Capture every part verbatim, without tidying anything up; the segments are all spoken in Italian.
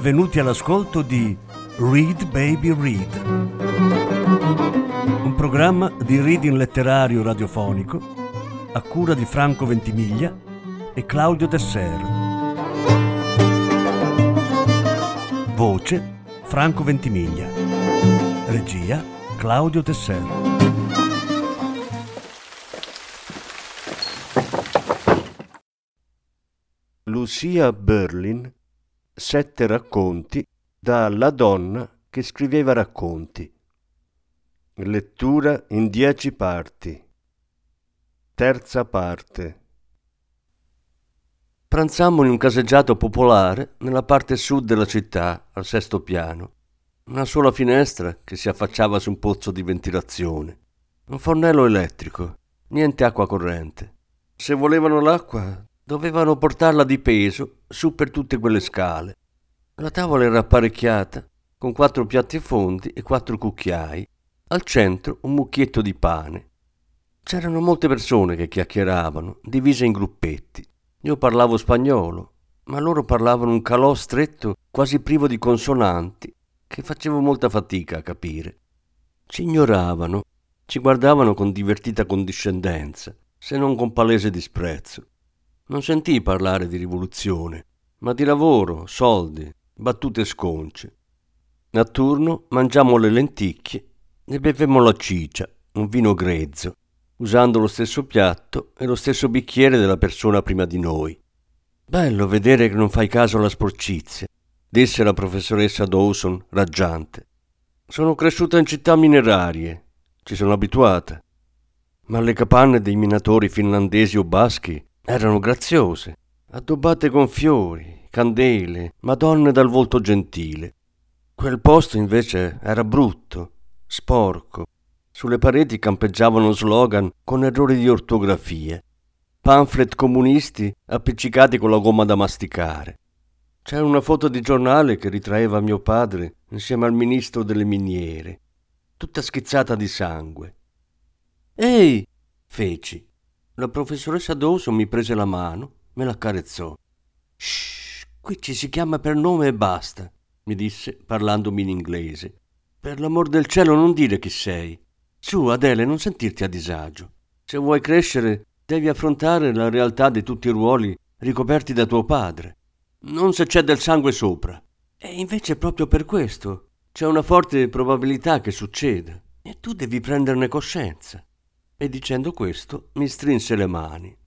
benvenuti all'ascolto di Read Baby Read, un programma di reading letterario radiofonico a cura di Franco Ventimiglia e Claudio Desser. Voce Franco Ventimiglia. Regia Claudio Desser. Lucia Berlin, Sette racconti da La donna che scriveva racconti. Lettura in dieci parti. Terza parte. Pranzammo in un caseggiato popolare nella parte sud della città, al sesto piano. Una sola finestra che si affacciava su un pozzo di ventilazione. Un fornello elettrico, niente acqua corrente. Se volevano l'acqua, dovevano portarla di peso su per tutte quelle scale. La tavola era apparecchiata con quattro piatti fondi e quattro cucchiai. Al centro un mucchietto di pane. C'erano molte persone che chiacchieravano, divise in gruppetti. Io parlavo spagnolo, ma loro parlavano un calò stretto, quasi privo di consonanti, che facevo molta fatica a capire. Ci ignoravano, ci guardavano con divertita condiscendenza, se non con palese disprezzo. Non sentii parlare di rivoluzione, ma di lavoro, soldi, battute sconce. A turno mangiammo le lenticchie e bevemmo la cicia, un vino grezzo, usando lo stesso piatto e lo stesso bicchiere della persona prima di noi. Bello vedere che non fai caso alla sporcizia, disse la professoressa Dawson, raggiante. Sono cresciuta in città minerarie, ci sono abituata, ma le capanne dei minatori finlandesi o baschi erano graziose, addobbate con fiori, candele, madonne dal volto gentile. Quel posto invece era brutto, sporco. Sulle pareti campeggiavano slogan con errori di ortografia, pamphlet comunisti appiccicati con la gomma da masticare. C'era una foto di giornale che ritraeva mio padre insieme al ministro delle miniere, tutta schizzata di sangue. «Ehi!» feci. La professoressa Dawson mi prese la mano, me la accarezzò. «Shh, qui ci si chiama per nome e basta», mi disse parlandomi in inglese. «Per l'amor del cielo non dire chi sei. Su, Adele, non sentirti a disagio. Se vuoi crescere, devi affrontare la realtà di tutti i ruoli ricoperti da tuo padre. Non se c'è del sangue sopra. E invece proprio per questo c'è una forte probabilità che succeda. E tu devi prenderne coscienza». E dicendo questo mi strinse le mani.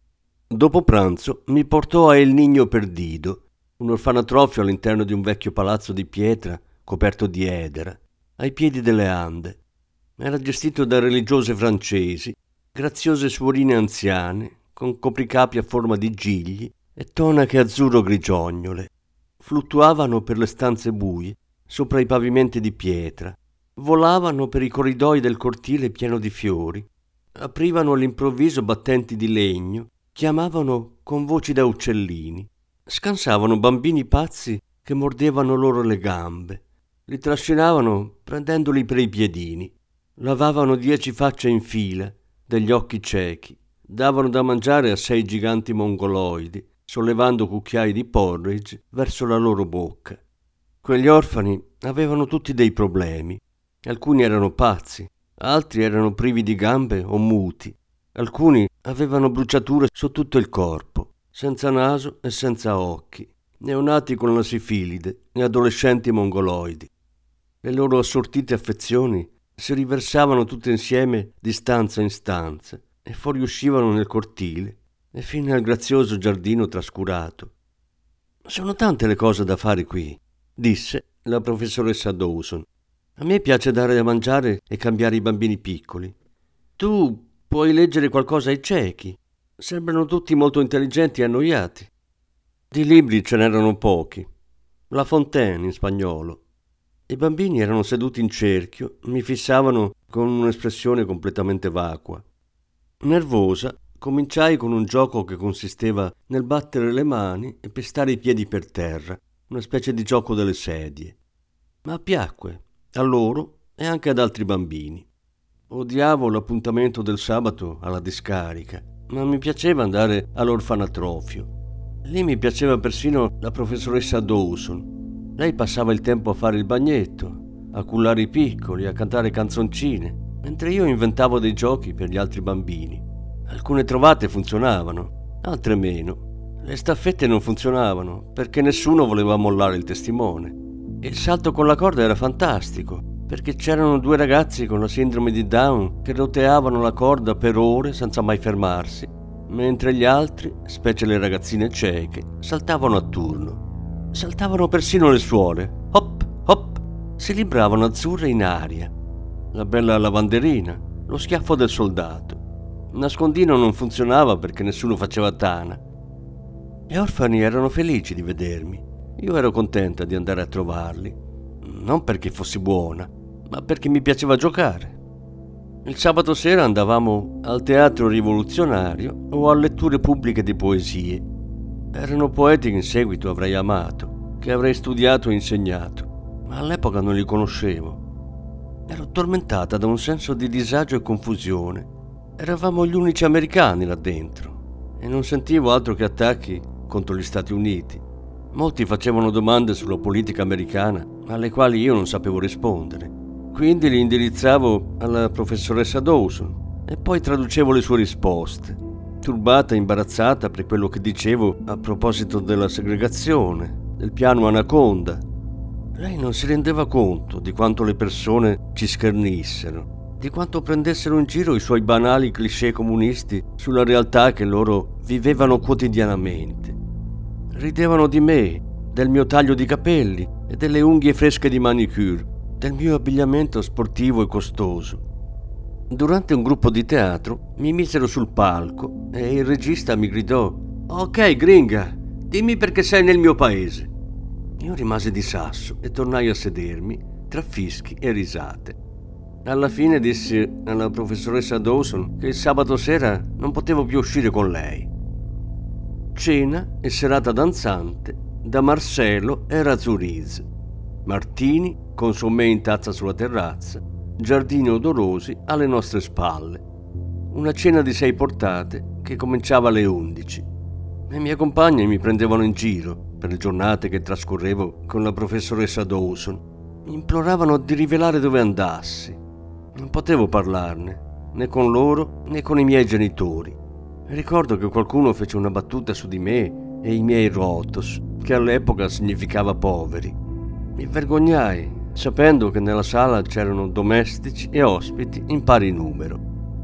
Dopo pranzo mi portò a El Niño Perdido, un orfanotrofio all'interno di un vecchio palazzo di pietra coperto di edera, ai piedi delle Ande. Era gestito da religiose francesi, graziose suorine anziane, con copricapi a forma di gigli e tonache azzurro-grigiognole. Fluttuavano per le stanze buie, sopra i pavimenti di pietra, volavano per i corridoi del cortile pieno di fiori, aprivano all'improvviso battenti di legno, chiamavano con voci da uccellini, scansavano bambini pazzi che mordevano loro le gambe, li trascinavano prendendoli per i piedini, lavavano dieci facce in fila, degli occhi ciechi, davano da mangiare a sei giganti mongoloidi, sollevando cucchiai di porridge verso la loro bocca. Quegli orfani avevano tutti dei problemi. Alcuni erano pazzi, altri erano privi di gambe o muti, alcuni avevano bruciature su tutto il corpo, senza naso e senza occhi, neonati con la sifilide e adolescenti mongoloidi. Le loro assortite affezioni si riversavano tutte insieme di stanza in stanza e fuoriuscivano nel cortile e fino al grazioso giardino trascurato. «Sono tante le cose da fare qui», disse la professoressa Dawson. «A me piace dare da mangiare e cambiare i bambini piccoli. Tu puoi leggere qualcosa ai ciechi. Sembrano tutti molto intelligenti e annoiati». Di libri ce n'erano pochi. La Fontaine in spagnolo. I bambini erano seduti in cerchio, mi fissavano con un'espressione completamente vacua. Nervosa, cominciai con un gioco che consisteva nel battere le mani e pestare i piedi per terra, una specie di gioco delle sedie. Ma piacque a loro e anche ad altri bambini. Odiavo l'appuntamento del sabato alla discarica, ma mi piaceva andare all'orfanatrofio. Lì mi piaceva persino la professoressa Dawson. Lei passava il tempo a fare il bagnetto, a cullare i piccoli, a cantare canzoncine, mentre io inventavo dei giochi per gli altri bambini. Alcune trovate funzionavano, altre meno. Le staffette non funzionavano perché nessuno voleva mollare il testimone. Il salto con la corda era fantastico, perché c'erano due ragazzi con la sindrome di Down che roteavano la corda per ore senza mai fermarsi, mentre gli altri, specie le ragazzine cieche, saltavano a turno. Saltavano persino le suore, hop, hop, si libravano azzurre in aria. La bella lavanderina, lo schiaffo del soldato. Il nascondino non funzionava perché nessuno faceva tana. Gli orfani erano felici di vedermi. Io ero contenta di andare a trovarli, non perché fossi buona, ma perché mi piaceva giocare. Il sabato sera andavamo al teatro rivoluzionario o a letture pubbliche di poesie. Erano poeti che in seguito avrei amato, che avrei studiato e insegnato, ma all'epoca non li conoscevo. Ero tormentata da un senso di disagio e confusione. Eravamo gli unici americani là dentro e non sentivo altro che attacchi contro gli Stati Uniti. Molti facevano domande sulla politica americana alle quali io non sapevo rispondere. Quindi li indirizzavo alla professoressa Dawson e poi traducevo le sue risposte, turbata e imbarazzata per quello che dicevo a proposito della segregazione, del piano Anaconda. Lei non si rendeva conto di quanto le persone ci schernissero, di quanto prendessero in giro i suoi banali cliché comunisti sulla realtà che loro vivevano quotidianamente. Ridevano di me, del mio taglio di capelli e delle unghie fresche di manicure, del mio abbigliamento sportivo e costoso. Durante un gruppo di teatro mi misero sul palco e il regista mi gridò: «Ok, gringa, dimmi perché sei nel mio paese». Io rimasi di sasso e tornai a sedermi tra fischi e risate. Alla fine dissi alla professoressa Dawson che il sabato sera non potevo più uscire con lei. Cena e serata danzante da Marcello e Razuriz. Martini, consommé in tazza sulla terrazza, giardini odorosi alle nostre spalle. Una cena di sei portate che cominciava alle undici. Le mie compagne mi prendevano in giro per le giornate che trascorrevo con la professoressa Dawson. Mi imploravano di rivelare dove andassi. Non potevo parlarne, né con loro né con i miei genitori. Ricordo che qualcuno fece una battuta su di me e i miei rotos, che all'epoca significava poveri. Mi vergognai, sapendo che nella sala c'erano domestici e ospiti in pari numero.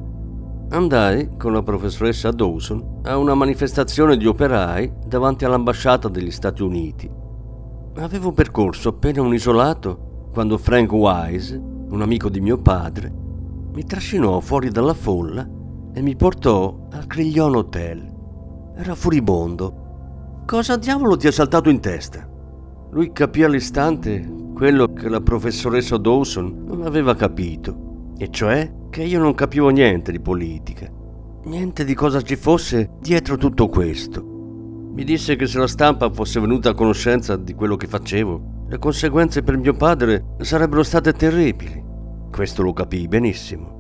Andai con la professoressa Dawson a una manifestazione di operai davanti all'ambasciata degli Stati Uniti. Avevo percorso appena un isolato quando Frank Wise, un amico di mio padre, mi trascinò fuori dalla folla e mi portò al Crillon Hotel. Era furibondo. «Cosa diavolo ti è saltato in testa?» Lui capì all'istante quello che la professoressa Dawson non aveva capito, e cioè che io non capivo niente di politica, niente di cosa ci fosse dietro tutto questo. Mi disse che se la stampa fosse venuta a conoscenza di quello che facevo, le conseguenze per mio padre sarebbero state terribili. Questo lo capii benissimo.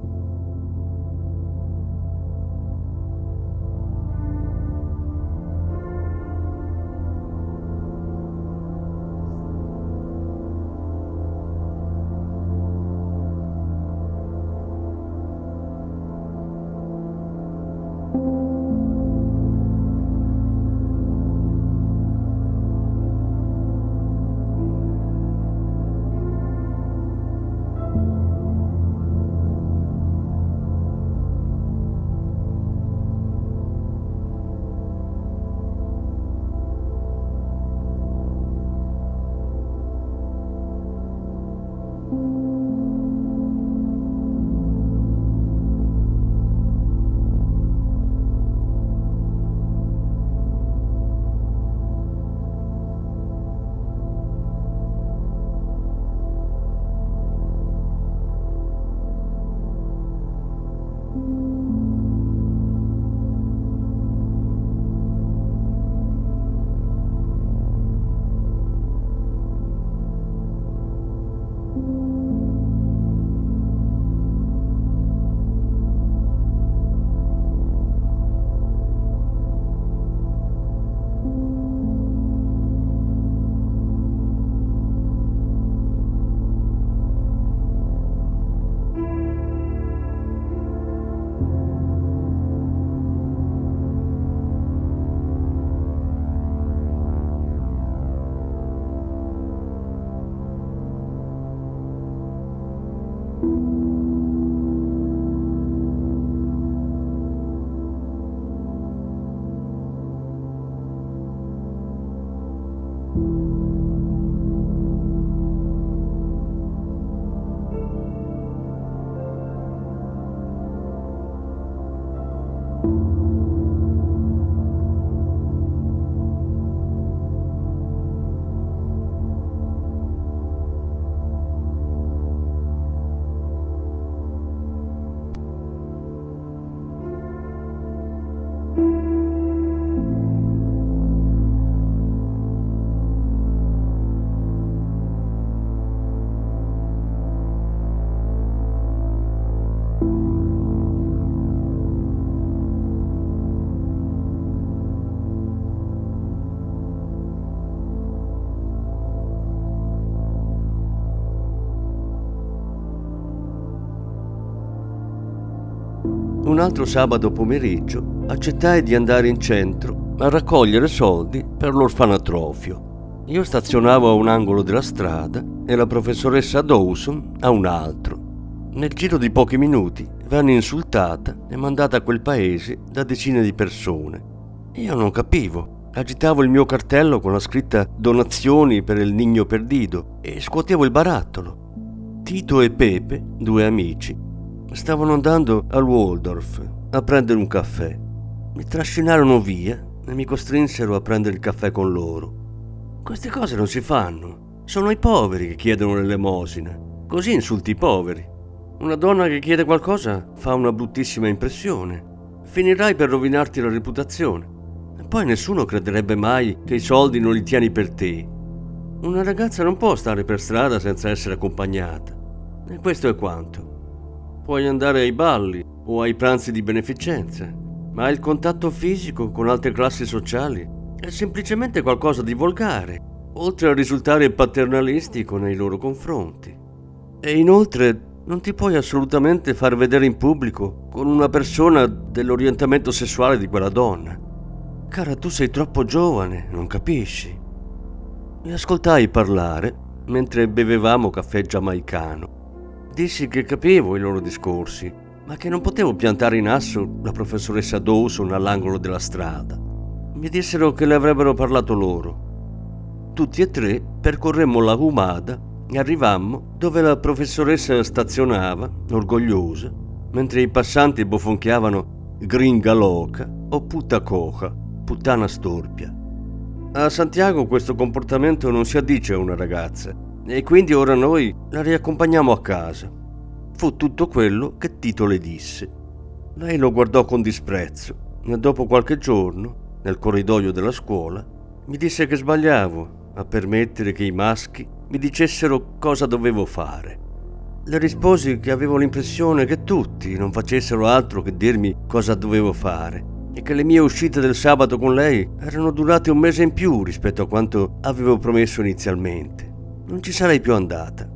Un altro sabato pomeriggio accettai di andare in centro a raccogliere soldi per l'orfanatrofio. Io stazionavo a un angolo della strada e la professoressa Dawson a un altro. Nel giro di pochi minuti venne insultata e mandata a quel paese da decine di persone. Io non capivo. Agitavo il mio cartello con la scritta donazioni per il Niño Perdido e scuotevo il barattolo. Tito e Pepe, due amici, stavano andando al Waldorf a prendere un caffè. Mi trascinarono via e mi costrinsero a prendere il caffè con loro. Queste cose non si fanno. Sono i poveri che chiedono l'elemosina. Così insulti i poveri. Una donna che chiede qualcosa fa una bruttissima impressione. Finirai per rovinarti la reputazione. E poi nessuno crederebbe mai che i soldi non li tieni per te. Una ragazza non può stare per strada senza essere accompagnata. E questo è quanto. Puoi andare ai balli o ai pranzi di beneficenza, ma il contatto fisico con altre classi sociali è semplicemente qualcosa di volgare, oltre a risultare paternalistico nei loro confronti. E inoltre non ti puoi assolutamente far vedere in pubblico con una persona dell'orientamento sessuale di quella donna. Cara, tu sei troppo giovane, non capisci? Mi ascoltai parlare mentre bevevamo caffè giamaicano. Dissi che capivo i loro discorsi, ma che non potevo piantare in asso la professoressa Dawson all'angolo della strada. Mi dissero che le avrebbero parlato loro. Tutti e tre percorremmo la Humada e arrivammo dove la professoressa stazionava, orgogliosa, mentre i passanti bofonchiavano gringa loca o puta coja, puttana storpia. A Santiago questo comportamento non si addice a una ragazza, e quindi ora noi la riaccompagniamo a casa. Fu tutto quello che Tito le disse. Lei lo guardò con disprezzo e dopo qualche giorno, nel corridoio della scuola, mi disse che sbagliavo a permettere che i maschi mi dicessero cosa dovevo fare. Le risposi che avevo l'impressione che tutti non facessero altro che dirmi cosa dovevo fare e che le mie uscite del sabato con lei erano durate un mese in più rispetto a quanto avevo promesso inizialmente. Non ci sarei più andata.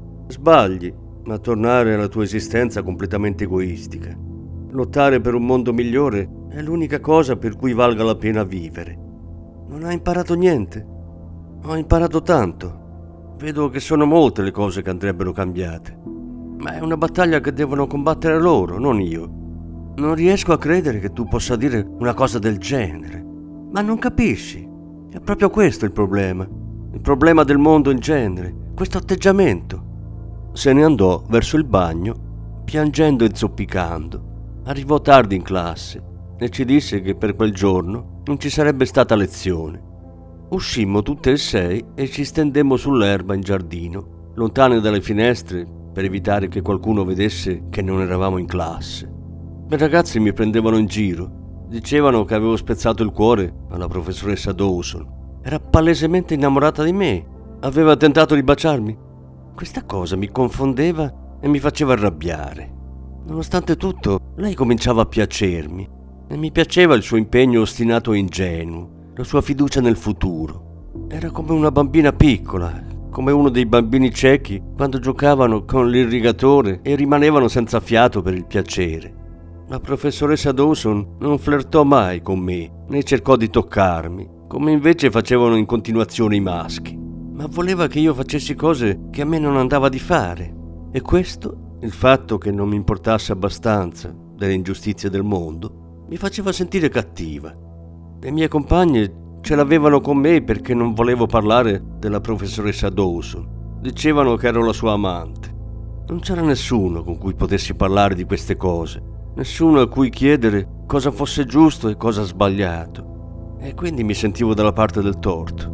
Sbagli a tornare alla tua esistenza completamente egoistica. Lottare per un mondo migliore è l'unica cosa per cui valga la pena vivere. Non hai imparato niente? Ho imparato tanto. Vedo che sono molte le cose che andrebbero cambiate. Ma è una battaglia che devono combattere loro, non io. Non riesco a credere che tu possa dire una cosa del genere. Ma non capisci. È proprio questo il problema. Il problema del mondo in genere, questo atteggiamento. Se ne andò verso il bagno, piangendo e zoppicando. Arrivò tardi in classe e ci disse che per quel giorno non ci sarebbe stata lezione. Uscimmo tutte e sei e ci stendemmo sull'erba in giardino, lontane dalle finestre per evitare che qualcuno vedesse che non eravamo in classe. I ragazzi mi prendevano in giro, dicevano che avevo spezzato il cuore alla professoressa Dawson. Era palesemente innamorata di me. Aveva tentato di baciarmi. Questa cosa mi confondeva e mi faceva arrabbiare. Nonostante tutto, lei cominciava a piacermi. E mi piaceva il suo impegno ostinato e ingenuo, la sua fiducia nel futuro. Era come una bambina piccola, come uno dei bambini ciechi quando giocavano con l'irrigatore e rimanevano senza fiato per il piacere. La professoressa Dawson non flirtò mai con me, né cercò di toccarmi, come invece facevano in continuazione i maschi, ma voleva che io facessi cose che a me non andava di fare, e questo Il fatto che non mi importasse abbastanza delle ingiustizie del mondo mi faceva sentire cattiva. Le mie compagne ce l'avevano con me perché non volevo parlare della professoressa Dawson. Dicevano che ero la sua amante. Non c'era nessuno con cui potessi parlare di queste cose, nessuno a cui chiedere cosa fosse giusto e cosa sbagliato. E quindi mi sentivo dalla parte del torto.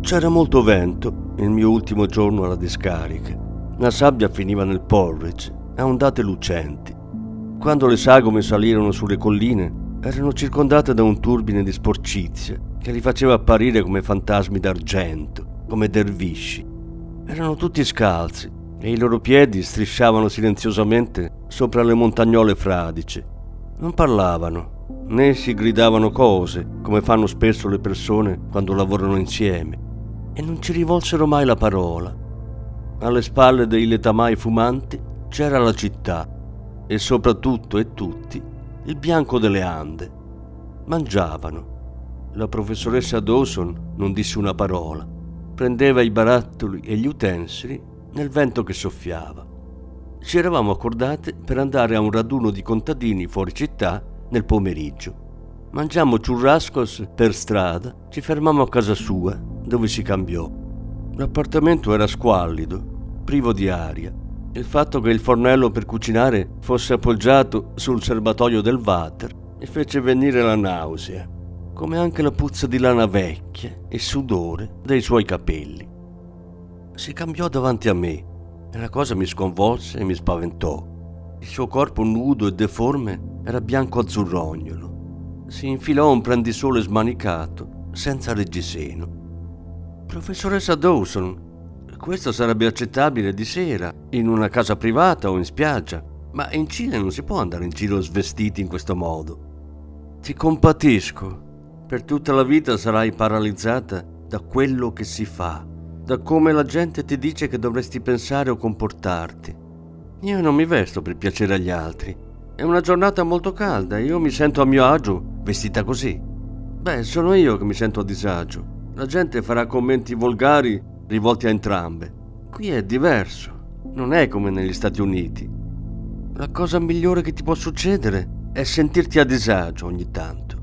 C'era molto vento il mio ultimo giorno alla discarica. La sabbia finiva nel porridge a ondate lucenti. Quando le sagome salirono sulle colline, erano circondate da un turbine di sporcizia che li faceva apparire come fantasmi d'argento, come dervisci. Erano tutti scalzi e i loro piedi strisciavano silenziosamente sopra le montagnole fradice. Non parlavano, né si gridavano cose, come fanno spesso le persone quando lavorano insieme, e non ci rivolsero mai la parola. Alle spalle dei letamai fumanti c'era la città, e soprattutto e tutti il bianco delle Ande. Mangiavano. La professoressa Dawson non disse una parola. Prendeva i barattoli e gli utensili nel vento che soffiava. Ci eravamo accordate per andare a un raduno di contadini fuori città nel pomeriggio. Mangiammo churrascos per strada, ci fermammo a casa sua, dove si cambiò. L'appartamento era squallido, privo di aria. Il fatto che il fornello per cucinare fosse appoggiato sul serbatoio del water mi fece venire la nausea, come anche la puzza di lana vecchia e sudore dei suoi capelli. Si cambiò davanti a me e la cosa mi sconvolse e mi spaventò. Il suo corpo nudo e deforme era bianco azzurrognolo. Si infilò un prendisole smanicato, senza reggiseno. «Professoressa Dawson, questo sarebbe accettabile di sera, in una casa privata o in spiaggia, ma in Cile non si può andare in giro svestiti in questo modo. Ti compatisco. Per tutta la vita sarai paralizzata da quello che si fa, da come la gente ti dice che dovresti pensare o comportarti. Io non mi vesto per piacere agli altri. È una giornata molto calda e io mi sento a mio agio vestita così. Beh, sono io che mi sento a disagio. La gente farà commenti volgari rivolti a entrambe. Qui è diverso. Non è come negli Stati Uniti. La cosa migliore che ti può succedere è sentirti a disagio ogni tanto».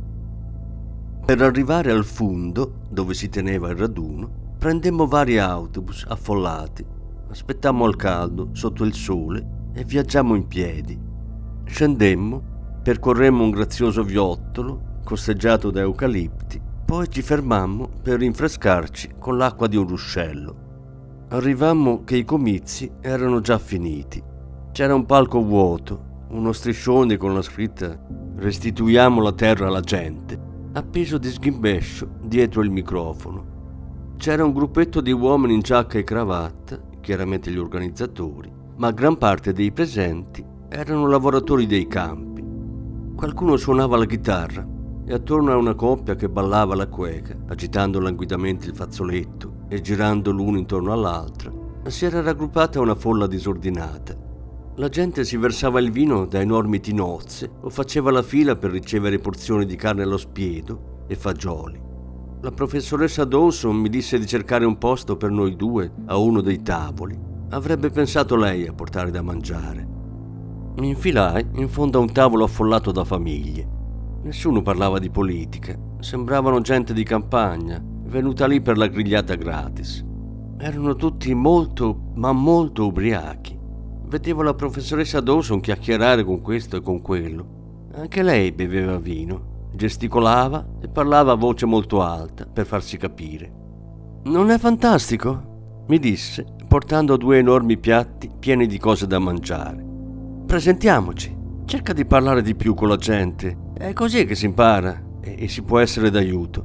Per arrivare al fundo, dove si teneva il raduno, prendemmo vari autobus affollati. Aspettammo al caldo, sotto il sole, e viaggiammo in piedi. Scendemmo, percorremmo un grazioso viottolo costeggiato da eucalipti, poi ci fermammo per rinfrescarci con l'acqua di un ruscello. Arrivammo che i comizi erano già finiti. C'era un palco vuoto, uno striscione con la scritta «Restituiamo la terra alla gente», appeso di sghimbescio dietro il microfono. C'era un gruppetto di uomini in giacca e cravatta, chiaramente gli organizzatori, ma gran parte dei presenti erano lavoratori dei campi. Qualcuno suonava la chitarra e attorno a una coppia che ballava la cueca, agitando languidamente il fazzoletto e girando l'uno intorno all'altra, si era raggruppata una folla disordinata. La gente si versava il vino da enormi tinozze o faceva la fila per ricevere porzioni di carne allo spiedo e fagioli. La professoressa Dawson mi disse di cercare un posto per noi due a uno dei tavoli. Avrebbe pensato lei a portare da mangiare. Mi infilai in fondo a un tavolo affollato da famiglie. Nessuno parlava di politica. Sembravano gente di campagna, venuta lì per la grigliata gratis. Erano tutti molto, ma molto ubriachi. Vedevo la professoressa Dawson chiacchierare con questo e con quello. Anche lei beveva vino, gesticolava e parlava a voce molto alta per farsi capire. «Non è fantastico?» mi disse, portando due enormi piatti pieni di cose da mangiare. «Presentiamoci, cerca di parlare di più con la gente, è così che si impara e, e si può essere d'aiuto».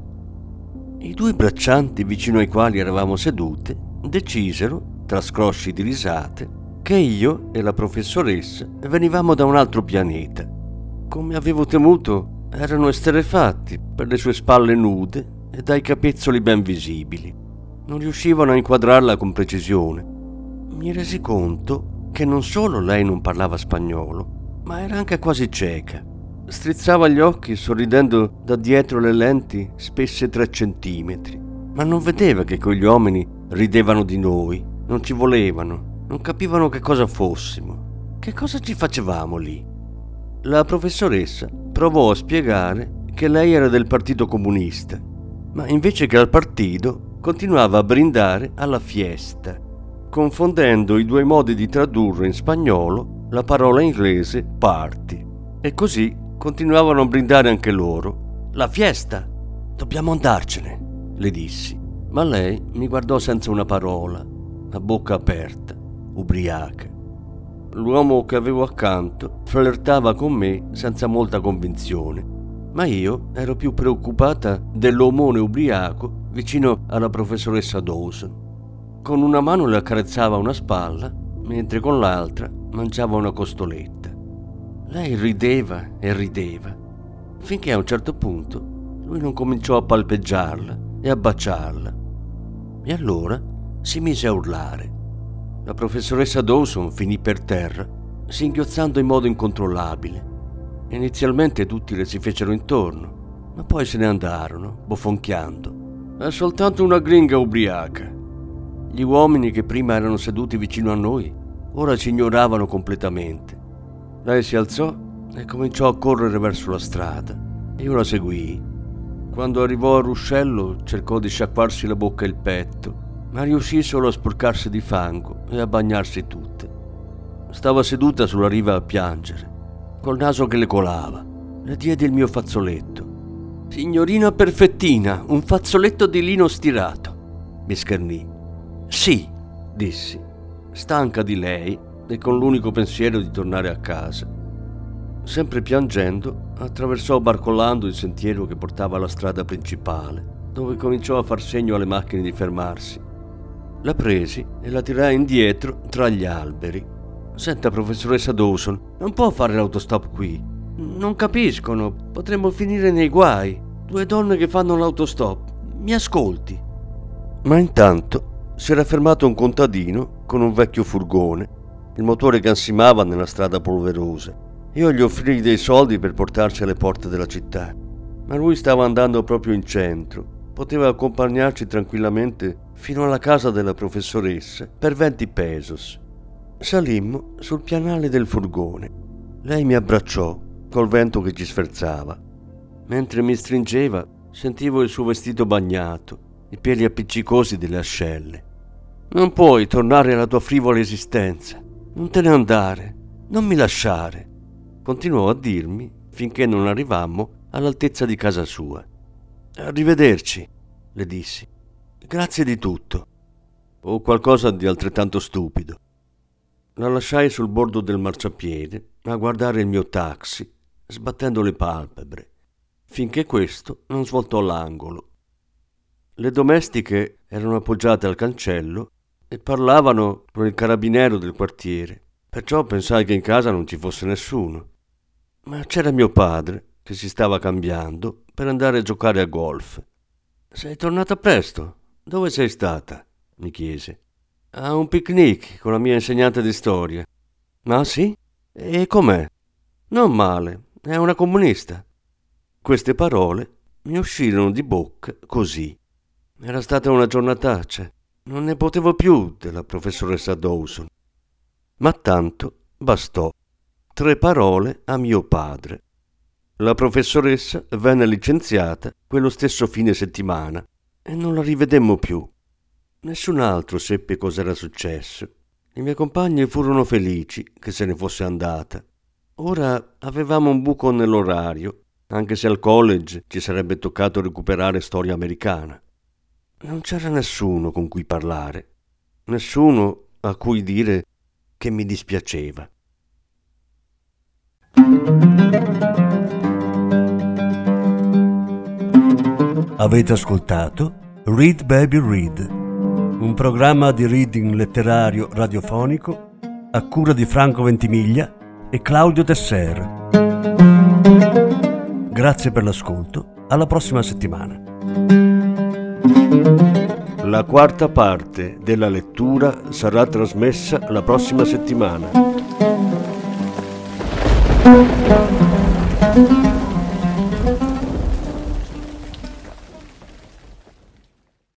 I due braccianti vicino ai quali eravamo sedute decisero, tra scrosci di risate, che io e la professoressa venivamo da un altro pianeta. Come avevo temuto, erano esterrefatti per le sue spalle nude e dai capezzoli ben visibili. Non riuscivano a inquadrarla con precisione. Mi resi conto che non solo lei non parlava spagnolo, ma era anche quasi cieca. Strizzava gli occhi sorridendo da dietro le lenti spesse tre centimetri, ma non vedeva che quegli uomini ridevano di noi, non ci volevano. Non capivano che cosa fossimo. Che cosa ci facevamo lì? La professoressa provò a spiegare che lei era del Partito Comunista, ma invece che al partito continuava a brindare alla fiesta, confondendo i due modi di tradurre in spagnolo la parola inglese party. E così continuavano a brindare anche loro. «La fiesta! Dobbiamo andarcene», le dissi. Ma lei mi guardò senza una parola, a bocca aperta, ubriaca. L'uomo che avevo accanto flirtava con me senza molta convinzione, ma io ero più preoccupata dell'omone ubriaco vicino alla professoressa Dawson. Con una mano le accarezzava una spalla, mentre con l'altra mangiava una costoletta. Lei rideva e rideva, finché a un certo punto lui non cominciò a palpeggiarla e a baciarla. E allora si mise a urlare. La professoressa Dawson finì per terra, singhiozzando in modo incontrollabile. Inizialmente tutti le si fecero intorno, ma poi se ne andarono, bofonchiando. È soltanto una gringa ubriaca. Gli uomini che prima erano seduti vicino a noi, ora ci ignoravano completamente. Lei si alzò e cominciò a correre verso la strada. Io la seguii. Quando arrivò al ruscello cercò di sciacquarsi la bocca e il petto, ma riuscì solo a sporcarsi di fango e a bagnarsi tutte. Stava seduta sulla riva a piangere, col naso che le colava. Le diedi il mio fazzoletto. «Signorina perfettina, un fazzoletto di lino stirato», mi schernì. «Sì», dissi, stanca di lei e con l'unico pensiero di tornare a casa. Sempre piangendo, attraversò barcollando il sentiero che portava alla strada principale, dove cominciò a far segno alle macchine di fermarsi. La presi e la tirai indietro tra gli alberi. «Senta, professoressa Dawson, non può fare l'autostop qui. Non capiscono, potremmo finire nei guai. Due donne che fanno l'autostop. Mi ascolti». Ma intanto si era fermato un contadino con un vecchio furgone, il motore che ansimava nella strada polverosa. Io gli offrii dei soldi per portarci alle porte della città, ma lui stava andando proprio in centro. Poteva accompagnarci tranquillamente fino alla casa della professoressa per venti pesos. Salimmo sul pianale del furgone. Lei mi abbracciò col vento che ci sferzava. Mentre mi stringeva, sentivo il suo vestito bagnato, i peli appiccicosi delle ascelle. «Non puoi tornare alla tua frivola esistenza. Non te ne andare. Non mi lasciare», continuò a dirmi finché non arrivammo all'altezza di casa sua. «Arrivederci», le dissi. «Grazie di tutto». O qualcosa di altrettanto stupido. La lasciai sul bordo del marciapiede a guardare il mio taxi, sbattendo le palpebre, finché questo non svoltò l'angolo. Le domestiche erano appoggiate al cancello e parlavano con il carabiniero del quartiere, perciò pensai che in casa non ci fosse nessuno. Ma c'era mio padre, che si stava cambiando per andare a giocare a golf. «Sei tornata presto? Dove sei stata?» mi chiese. «A un picnic con la mia insegnante di storia». «Ah sì? E com'è?» «Non male, è una comunista». Queste parole mi uscirono di bocca così. Era stata una giornataccia. Non ne potevo più della professoressa Dawson. Ma tanto bastò. Tre parole a mio padre. La professoressa venne licenziata quello stesso fine settimana e non la rivedemmo più. Nessun altro seppe cos'era successo. I miei compagni furono felici che se ne fosse andata. Ora avevamo un buco nell'orario, anche se al college ci sarebbe toccato recuperare storia americana. Non c'era nessuno con cui parlare, nessuno a cui dire che mi dispiaceva. Avete ascoltato Read Baby Read, un programma di reading letterario radiofonico a cura di Franco Ventimiglia e Claudio Tesser. Grazie per l'ascolto, alla prossima settimana. La quarta parte della lettura sarà trasmessa la prossima settimana.